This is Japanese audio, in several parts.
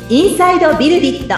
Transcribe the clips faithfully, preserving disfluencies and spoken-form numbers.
インサイドビルディット。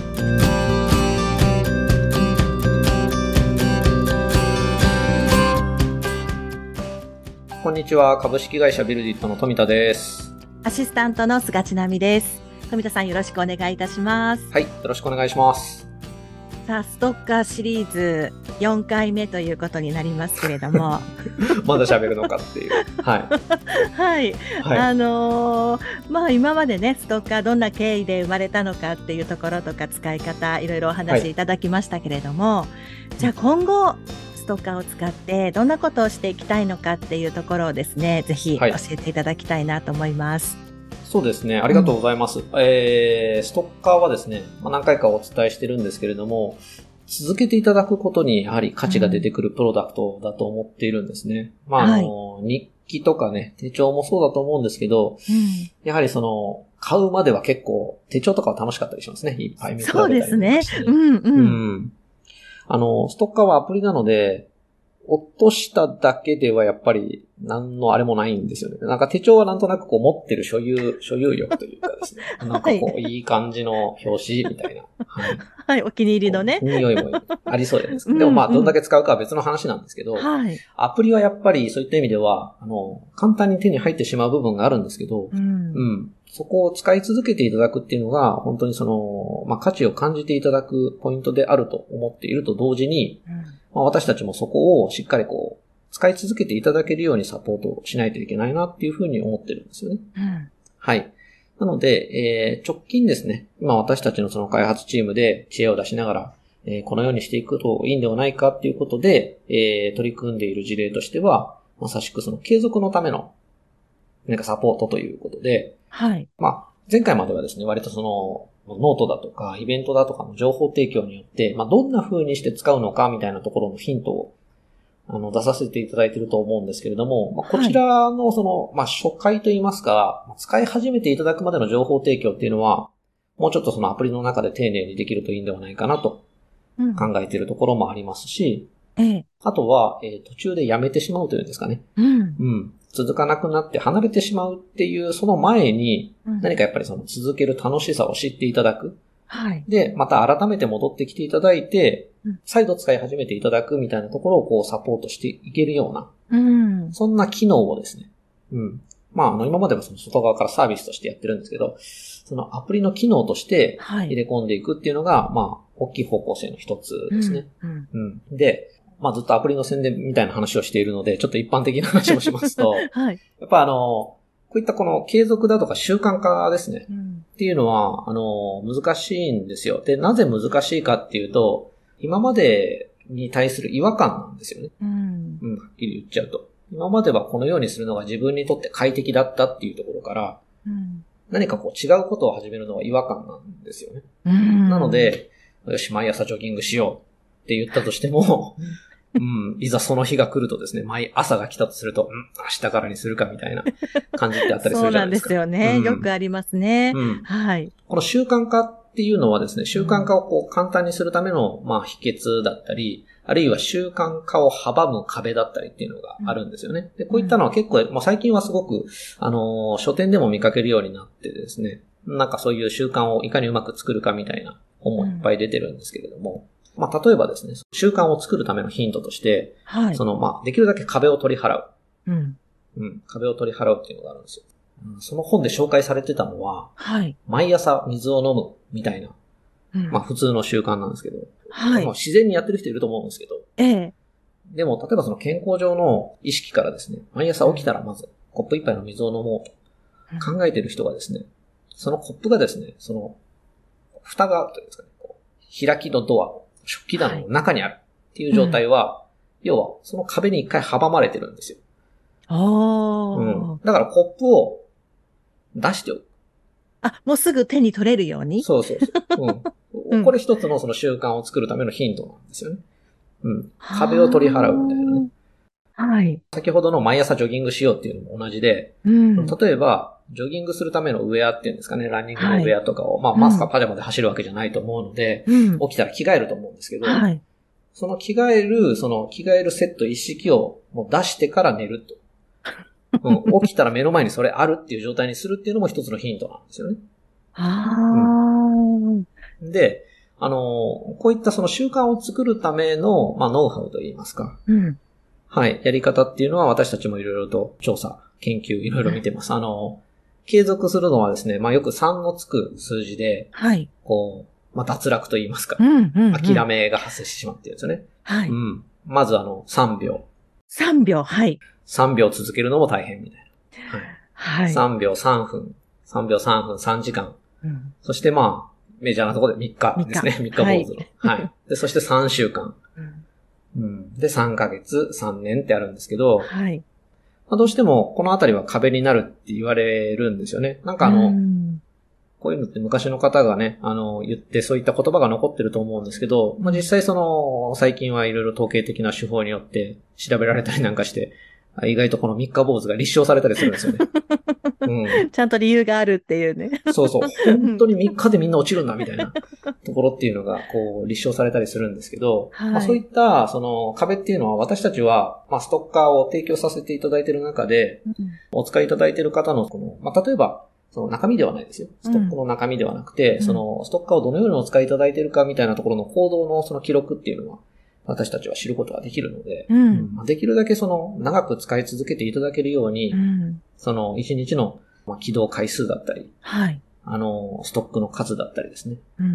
こんにちは。株式会社ビルディットの富田です。 アシスタントの菅千奈美です。富田さん、よろしくお願いいたします。 はい、よろしくお願いします。 さあ、ストッカーシリーズよんかいめということになりますけれどもまだ喋るのかっていう。はい。 はい。 はい、 あのー、まあ今までね、ストッカーどんな経緯で生まれたのかっていうところとか使い方、いろいろお話しいただきましたけれども、はい、じゃあ今後、ストッカーを使ってどんなことをしていきたいのかっていうところをですね、ぜひ教えていただきたいなと思います。 はい、そうですね。ありがとうございます。うん、えー、ストッカーはですね、まあ、何回かお伝えしてるんですけれども、続けていただくことにやはり価値が出てくるプロダクトだと思っているんですね。うん、まあ、あの、はい、日記とかね、手帳もそうだと思うんですけど、うん、やはりその、買うまでは結構、手帳とかは楽しかったりしますね。いっぱい見比べたりとかして、ね。 そうですね。うんうん。 うん。あの、ストッカーはアプリなので、落としただけではやっぱり何のあれもないんですよね。なんか手帳はなんとなくこう持ってる所有、所有欲というかですね。なんかこういい感じの表紙みたいな。はい。 はい、お気に入りのね。 匂いもありそうじゃないですか。でもまあどんだけ使うかは別の話なんですけど、はい、アプリはやっぱりそういった意味では、あの、簡単に手に入ってしまう部分があるんですけど、うん、うん。そこを使い続けていただくっていうのが、本当にその、まあ価値を感じていただくポイントであると思っていると同時に、うん、まあ、私たちもそこをしっかりこう、使い続けていただけるようにサポートしないといけないなっていうふうに思ってるんですよね。うん、はい。なので、えー、直近ですね、今私たちのその開発チームで知恵を出しながら、えー、このようにしていくといいんではないかっていうことで、えー、取り組んでいる事例としては、まさしくその継続のための、なんかサポートということで、はい。まあ、前回まではですね、割とその、ノートだとか、イベントだとかの情報提供によって、まあ、どんな風にして使うのかみたいなところのヒントを、あの、出させていただいていると思うんですけれども、まあ、こちらのその、はい、まあ、初回といいますか、使い始めていただくまでの情報提供っていうのは、もうちょっとそのアプリの中で丁寧にできるといいんではないかなと考えているところもありますし、うん、あとは、えー、途中でやめてしまうというんですかね。うん。うん。続かなくなって離れてしまうっていうその前に、何かやっぱりその続ける楽しさを知っていただく。はい。で、また改めて戻ってきていただいて、再度使い始めていただくみたいなところをこうサポートしていけるような、うん。そんな機能をですね、うん。まあ、あの、今まではその外側からサービスとしてやってるんですけど、そのアプリの機能として入れ込んでいくっていうのが、はい、まあ、大きい方向性の一つですね。うん。うんうん、で、まあずっとアプリの宣伝みたいな話をしているので、ちょっと一般的な話をしますと、はい、やっぱあの、こういったこの継続だとか習慣化ですね、うん、っていうのは、あの、難しいんですよ。で、なぜ難しいかっていうと、今までに対する違和感なんですよね。うん。うん、はっきり言っちゃうと。今まではこのようにするのが自分にとって快適だったっていうところから、うん、何かこう違うことを始めるのは違和感なんですよね。うん、なので、よし、毎朝ジョギングしようって言ったとしても、うん、いざその日が来るとですね、毎朝が来たとすると、うん、明日からにするかみたいな感じってあったりするじゃないですか。 そうなんですよね。うん、よくありますね。うん。はい。 この習慣化っていうのはですね、習慣化をこう簡単にするための、まあ、秘訣だったり、あるいは習慣化を阻む壁だったりっていうのがあるんですよね。で、こういったのは結構、まあ、最近はすごく、あのー、書店でも見かけるようになってですね、なんかそういう習慣をいかにうまく作るかみたいな本もいっぱい出てるんですけれども、うん、まあ、例えばですね、習慣を作るためのヒントとして、はい、その、まあ、できるだけ壁を取り払う。うん。うん。壁を取り払うっていうのがあるんですよ。うん、その本で紹介されてたのは、はい。毎朝水を飲むみたいな、うん、まあ、普通の習慣なんですけど、はい。まあ、自然にやってる人いると思うんですけど、ええ。でも、例えばその健康上の意識からですね、毎朝起きたらまず、コップ一杯の水を飲もうと考えてる人がですね、そのコップがですね、その、蓋があるというんですかね、こう開きのドア、食器棚の中にあるっていう状態は、はい、要はその壁に一回阻まれてるんですよ。ああ、うん。だからコップを出しておく。 あ、もうすぐ手に取れるように？ そうそうそう。うん。これ一つのその習慣を作るためのヒントなんですよね。うん。壁を取り払うみたいなね。はい。先ほどの毎朝ジョギングしようっていうのも同じで、うん、例えば、ジョギングするためのウェアっていうんですかね、ランニングのウェアとかを、はい、まあ、マスカパジャマで走るわけじゃないと思うので、うん、起きたら着替えると思うんですけど、はい、その着替える、その着替えるセット一式をもう出してから寝ると。うん、起きたら目の前にそれあるっていう状態にするっていうのも一つのヒントなんですよね。 ああ、 で、あの、こういったその習慣を作るための、まあ、ノウハウといいますか。 うん。 はい。やり方っていうのは私たちもいろいろと調査、研究、いろいろ見てます。あの、継続するのはですね、まあ、よくさんのつく数字で、 はい。 こう、まあ、脱落といいますか。 うんうんうん、 諦めが発生してしまっているんですよね。 はい。 うん。まずあの、さんびょう。 さんびょう、はい。 さんびょう続けるのも大変みたいな。はい。 はい。 さんびょうさんぷん。さんびょうさんぷんさんじかん。うん、そしてまあ、メジャーなところでみっかですね。みっか坊主の。はい。はい。で、そしてさんしゅうかん。うんうん、で、さんかげつ、さんねんってあるんですけど、はい。まあ、どうしてもこのあたりは壁になるって言われるんですよね。なんかあの、こういうのって昔の方がね、あの、言ってそういった言葉が残ってると思うんですけど、まあ、実際その、最近はいろいろ統計的な手法によって調べられたりなんかして、意外とこの三日坊主が立証されたりするんですよね。 うん、ちゃんと理由があるっていうね。 そうそう。本当にみっかでみんな落ちるんだみたいなところっていうのが、こう、立証されたりするんですけど、はい、まあ、そういった、その壁っていうのは私たちは、まあ、ストッカーを提供させていただいている中で、うん、お使いいただいている方の、この、まあ、例えば、その中身ではないですよ。ストックの中身ではなくて、うん、そのストッカーをどのようにお使いいただいているかみたいなところの行動のその記録っていうのは、私たちは知ることができるので、うん、できるだけその長く使い続けていただけるように、うん、その一日の起動回数だったり、はい、あの、ストックの数だったりですね。うんうん、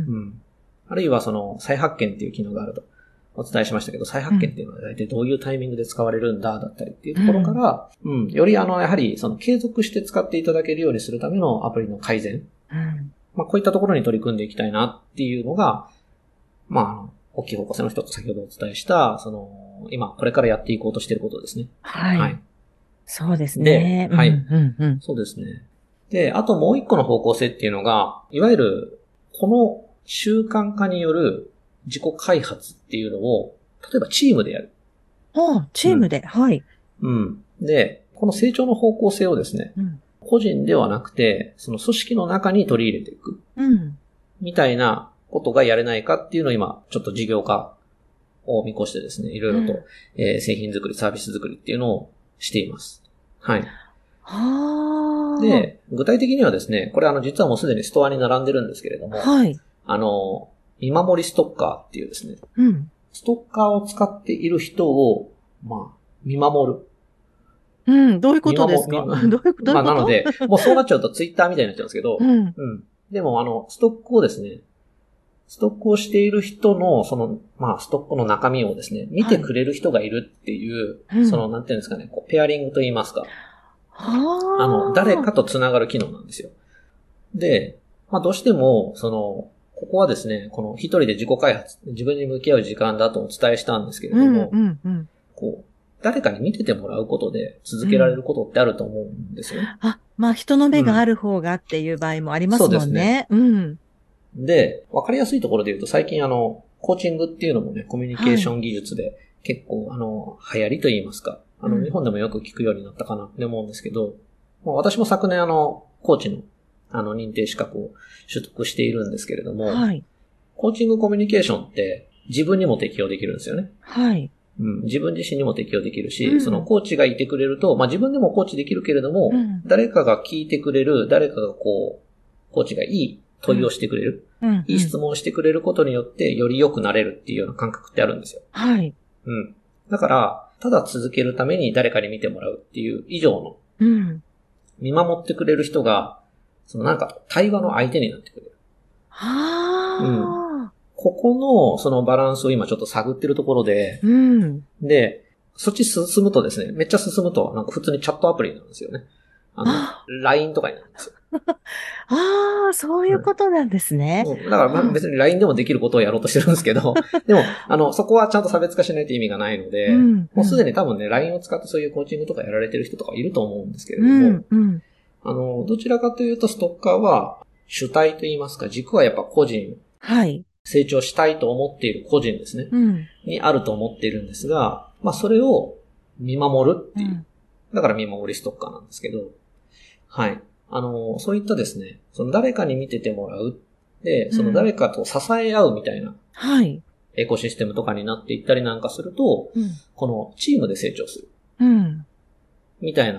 あるいはその再発見っていう機能があるとお伝えしましたけど、再発見っていうのは大体どういうタイミングで使われるんだだったりっていうところから、うん、うん、よりあの、やはりその継続して使っていただけるようにするためのアプリの改善。うん、まあ、こういったところに取り組んでいきたいなっていうのが、まあ、あの、大きい方向性の一つ先ほどお伝えした、その、今これからやっていこうとしていることですね。 はい。はい、そうですね。 で、はい、 うんうんうん。 そうですね。で、あともう一個の方向性っていうのが、いわゆる、この習慣化による自己開発っていうのを、例えばチームでやる。 ああ、チームで、うん、はい。 うん。で、この成長の方向性をですね、うん、個人ではなくて、その組織の中に取り入れていく。うん。みたいなことがやれないかっていうのを今、ちょっと事業化を見越してですね、いろいろと、うん、えー、製品作り、サービス作りっていうのをしています。はい。 はあ。 で、具体的にはですね、これあの実はもうすでにストアに並んでるんですけれども、はい。あの、見守りストッカーっていうですね、うん。ストッカーを使っている人を、まあ、見守る。 うん、どういうことですか？どういうこと？ まあ、なので、もうそうなっちゃうとツイッターみたいになっちゃうんですけど、うん。うん。でもあの、ストックをですね、ストックをしている人の、その、まあ、ストックの中身をですね、見てくれる人がいるっていう、はい、その、なんていうんですかね、こうペアリングと言いますか。あの、誰かと繋がる機能なんですよ。で、まあどうしても、その、ここはですね、この一人で自己開発、自分に向き合う時間だとお伝えしたんですけれども、うんうんうん、こう、誰かに見ててもらうことで続けられることってあると思うんですよね。 うん、あ、まあ人の目がある方がっていう場合もありますもんね。うん、そうですね。うん。 で、わかりやすいところで言うと最近あの、コーチングっていうのもね、コミュニケーション技術で結構、はい、あの、流行りと言いますか、あの、日本でもよく聞くようになったかなって思うんですけど、うん、私も昨年あの、コーチの、あの、認定資格を取得しているんですけれども、はい。コーチングコミュニケーションって自分にも適用できるんですよね。はい。うん、自分自身にも適用できるし、うん、そのコーチがいてくれると、まあ自分でもコーチできるけれども、うん、誰かが聞いてくれる、誰かがこう、コーチがいい問いをしてくれる、うん、いい質問をしてくれることによってより良くなれるっていうような感覚ってあるんですよ。はい。うん。だから、ただ続けるために誰かに見てもらうっていう以上の、うん、見守ってくれる人が、そのなんか対話の相手になってくれる。はあ。うん。ここのそのバランスを今ちょっと探ってるところで、うん、で、そっち進むとですね、めっちゃ進むとなんか普通にチャットアプリなんですよね。あの、あ ライン とかになるんですよ。 ああ、そういうことなんですね。 うん、だからまあ別に ライン でもできることをやろうとしてるんですけど、でも、あの、そこはちゃんと差別化しないと意味がないので、うんうん、もうすでに多分ね、ライン を使ってそういうコーチングとかやられてる人とかいると思うんですけれども、うんうん、あの、どちらかというとストッカーは主体と言いますか、軸はやっぱ個人。はい。成長したいと思っている個人ですね。うん、にあると思っているんですが、まあそれを見守るっていう。うん、だから見守りストッカーなんですけど、はい。あの、そういったですね、その誰かに見ててもらう。で、その誰かと支え合うみたいな、はい。エコシステムとかになっていったりなんかすると、うん、このチームで成長する。うん。みたいな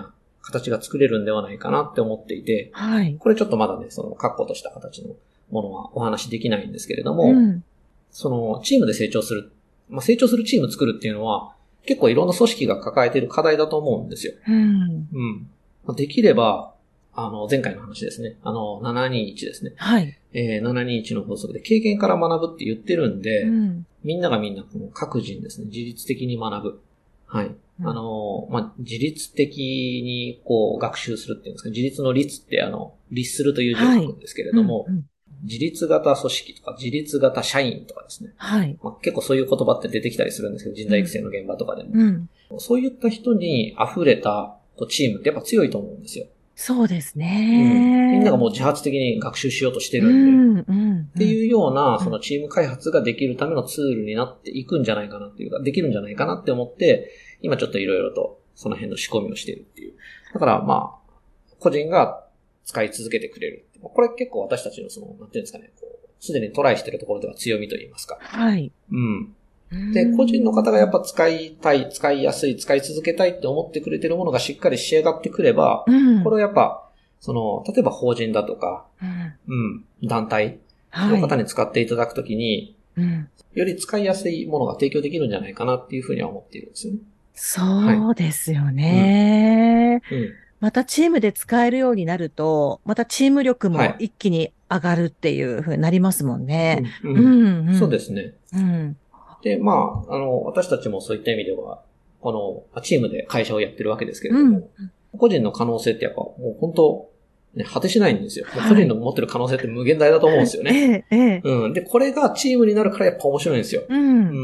形が作れるんではないかなって思っていて、はい。これちょっとまだね、その確固とした形のものはお話しできないんですけれども、うん、そのチームで成長する、まあ、成長するチーム作るっていうのは結構いろんな組織が抱えている課題だと思うんですよ。うん。うん。できれば、あの、前回の話ですね。あの、ななにいちですね。はい。えー、ななにいちの法則で経験から学ぶって言ってるんで、うん、みんながみんなこの各人ですね、自律的に学ぶ。はい。うん、あの、まあ、自律的にこう学習するっていうんですか、自律の律ってあの、律するという字を書くんですけれども、はいうんうん、自律型組織とか自律型社員とかですね。はい。まあ、結構そういう言葉って出てきたりするんですけど、人材育成の現場とかでも。うん、そういった人に溢れたチームってやっぱ強いと思うんですよ。 そうですね、 うん。みんながもう自発的に学習しようとしてるんで。うんうんうん、っていうような、そのチーム開発ができるためのツールになっていくんじゃないかなっていうか、できるんじゃないかなって思って、今ちょっといろいろとその辺の仕込みをしているっていう。だからまあ、個人が使い続けてくれる。これ結構私たちのその、なんていうんですかね、こう、すでにトライしているところでは強みと言いますか。はい。うん。で、個人の方がやっぱ使いたい、使いやすい、使い続けたいって思ってくれてるものがしっかり仕上がってくれば、うん、これをやっぱ、その、例えば法人だとか、うん、うん、団体の方に使っていただくときに、はいうん、より使いやすいものが提供できるんじゃないかなっていうふうには思っているんですよね。 そうですよね、はいうんうん。またチームで使えるようになると、またチーム力も一気に上がるっていうふうになりますもんね。 はいうんうんうん、そうですね。うんで、まあ、あの、私たちもそういった意味では、この、チームで会社をやってるわけですけれども、うん、個人の可能性ってやっぱ、もう本当、ね、果てしないんですよ。はい、個人の持ってる可能性って無限大だと思うんですよね。ええ、ええ。うん。で、これがチームになるからやっぱ面白いんですよ。うん。うん、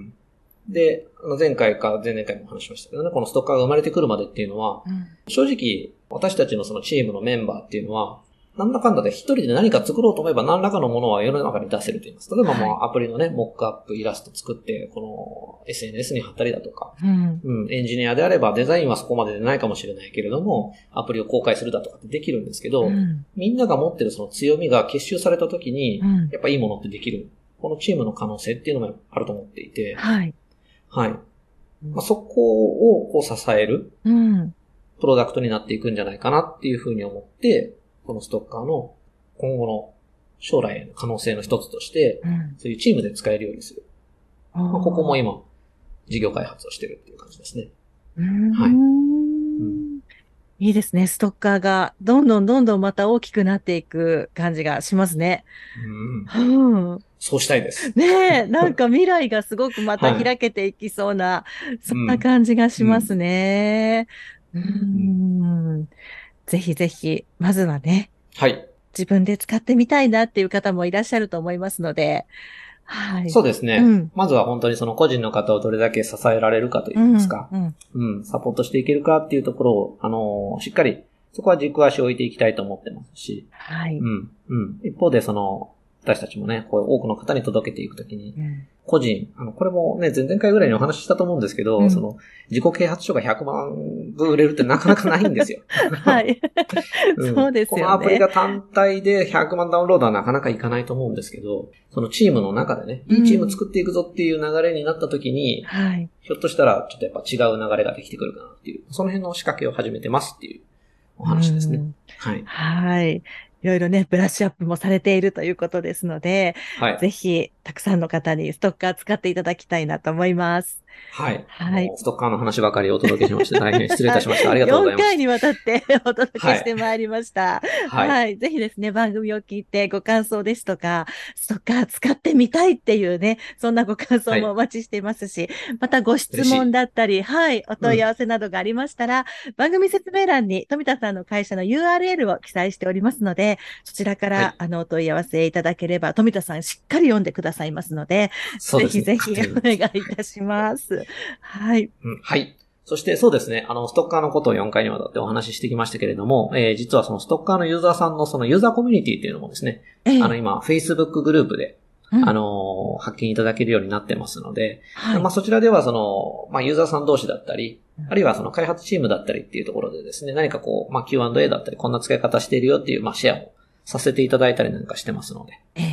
で、あの前回か前々回も話しましたけどね、このストッカーが生まれてくるまでっていうのは、うん、正直、私たちのそのチームのメンバーっていうのは、なんだかんだで一人で何か作ろうと思えば何らかのものは世の中に出せると言います。例えばもうアプリのね、はい、モックアップ、イラスト作って、この エスエヌエス に貼ったりだとか、うん、うん、エンジニアであればデザインはそこまででないかもしれないけれども、アプリを公開するだとかってできるんですけど、うん、みんなが持ってるその強みが結集された時に、うん、やっぱいいものってできる。このチームの可能性っていうのもあると思っていて、はい。はい。まあ、そこをこう支える、うん、プロダクトになっていくんじゃないかなっていうふうに思って、このストッカーの今後の将来の可能性の一つとして、うん、そういうチームで使えるようにする。まあ、ここも今、事業開発をしてるっていう感じですね。うんはい、うん。 いいですね。ストッカーがどんどんどんどんまた大きくなっていく感じがしますね。 うんうん、そうしたいです。 ねえ、なんか未来がすごくまた開けていきそうな、はい、そんな感じがしますね。うんうんうん、ぜひぜひ、まずはね。はい。自分で使ってみたいなっていう方もいらっしゃると思いますので。 はい。そうですね。うん、まずは本当にその個人の方をどれだけ支えられるかといいますか、うん、うんうん、サポートしていけるかっていうところを、あのー、しっかり、そこは軸足を置いていきたいと思ってますし、はい。うん、うん。一方でその、私たちもね、こう多くの方に届けていくときに、うん、個人、あの、これもね、前々回ぐらいにお話ししたと思うんですけど、うん、その、自己啓発書がひゃくまんぶん売れるってなかなかないんですよ。はい、うん。そうですよね。このアプリが単体でひゃくまんダウンロードはなかなかいかないと思うんですけど、そのチームの中でね、いいチーム作っていくぞっていう流れになった時に、うん、はい。ひょっとしたらちょっとやっぱ違う流れができてくるかなっていう、その辺の仕掛けを始めてますっていうお話ですね。はい。 はい。いろいろね、ブラッシュアップもされているということですので、はい、ぜひ、たくさんの方にストッカー使っていただきたいなと思います。 はい。はい。ストッカーの話ばかりお届けしまして、大変失礼いたしました。ありがとうございます。 よんかいにわたってお届けしてまいりました。はい。はい、ぜひですね、番組を聞いてご感想ですとか、ストッカー使ってみたいっていうね、そんなご感想もお待ちしていますし、はい、またご質問だったり、はい、お問い合わせなどがありましたら、うん、番組説明欄に富田さんの会社の ユーアールエル を記載しておりますので、そちらから、はい、あの、お問い合わせいただければ、富田さんしっかり読んでくださいますので、そうですね、ぜひぜひお願いいたします。はい、 うん。はい。そしてそうですね、あの、ストッカーのことをよんかいにわたってお話ししてきましたけれども、えー、実はそのストッカーのユーザーさんのそのユーザーコミュニティっていうのもですね、えー、あの、今、Facebook グループで、うん、あの、発見いただけるようになってますので、はい、まあそちらではその、まあユーザーさん同士だったり、あるいはその開発チームだったりっていうところでですね、何かこう、まあ キューアンドエー だったり、こんな使い方しているよっていう、まあシェアをさせていただいたりなんかしてますので、ええ、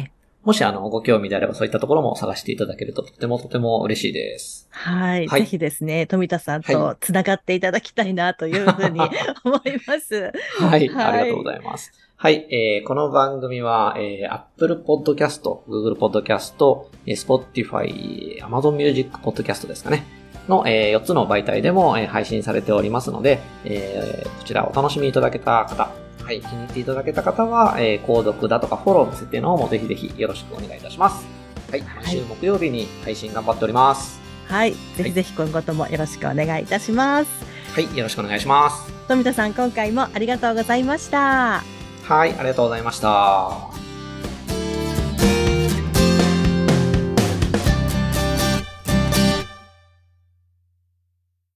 もしあの、ご興味であればそういったところも探していただけるととてもとても嬉しいです。 はい。はい、ぜひですね、富田さんとつながっていただきたいなというふうに思います。 はい、はい。ありがとうございます。はい。えー、この番組は、えー、Apple Podcast、Google Podcast、Spotify、Amazon Music Podcast ですかね。の、えー、よっつの媒体でも、えー、配信されておりますので、えー、こちらお楽しみいただけた方、はい、気に入っていただけた方は、えー、購読だとかフォローの設定の方もぜひぜひよろしくお願いいたします。はい、毎週木曜日に配信頑張っております。 はい、ぜひぜひ今後ともよろしくお願いいたします。 はい、よろしくお願いします。 富田さん、今回もありがとうございました。 はい、ありがとうございました。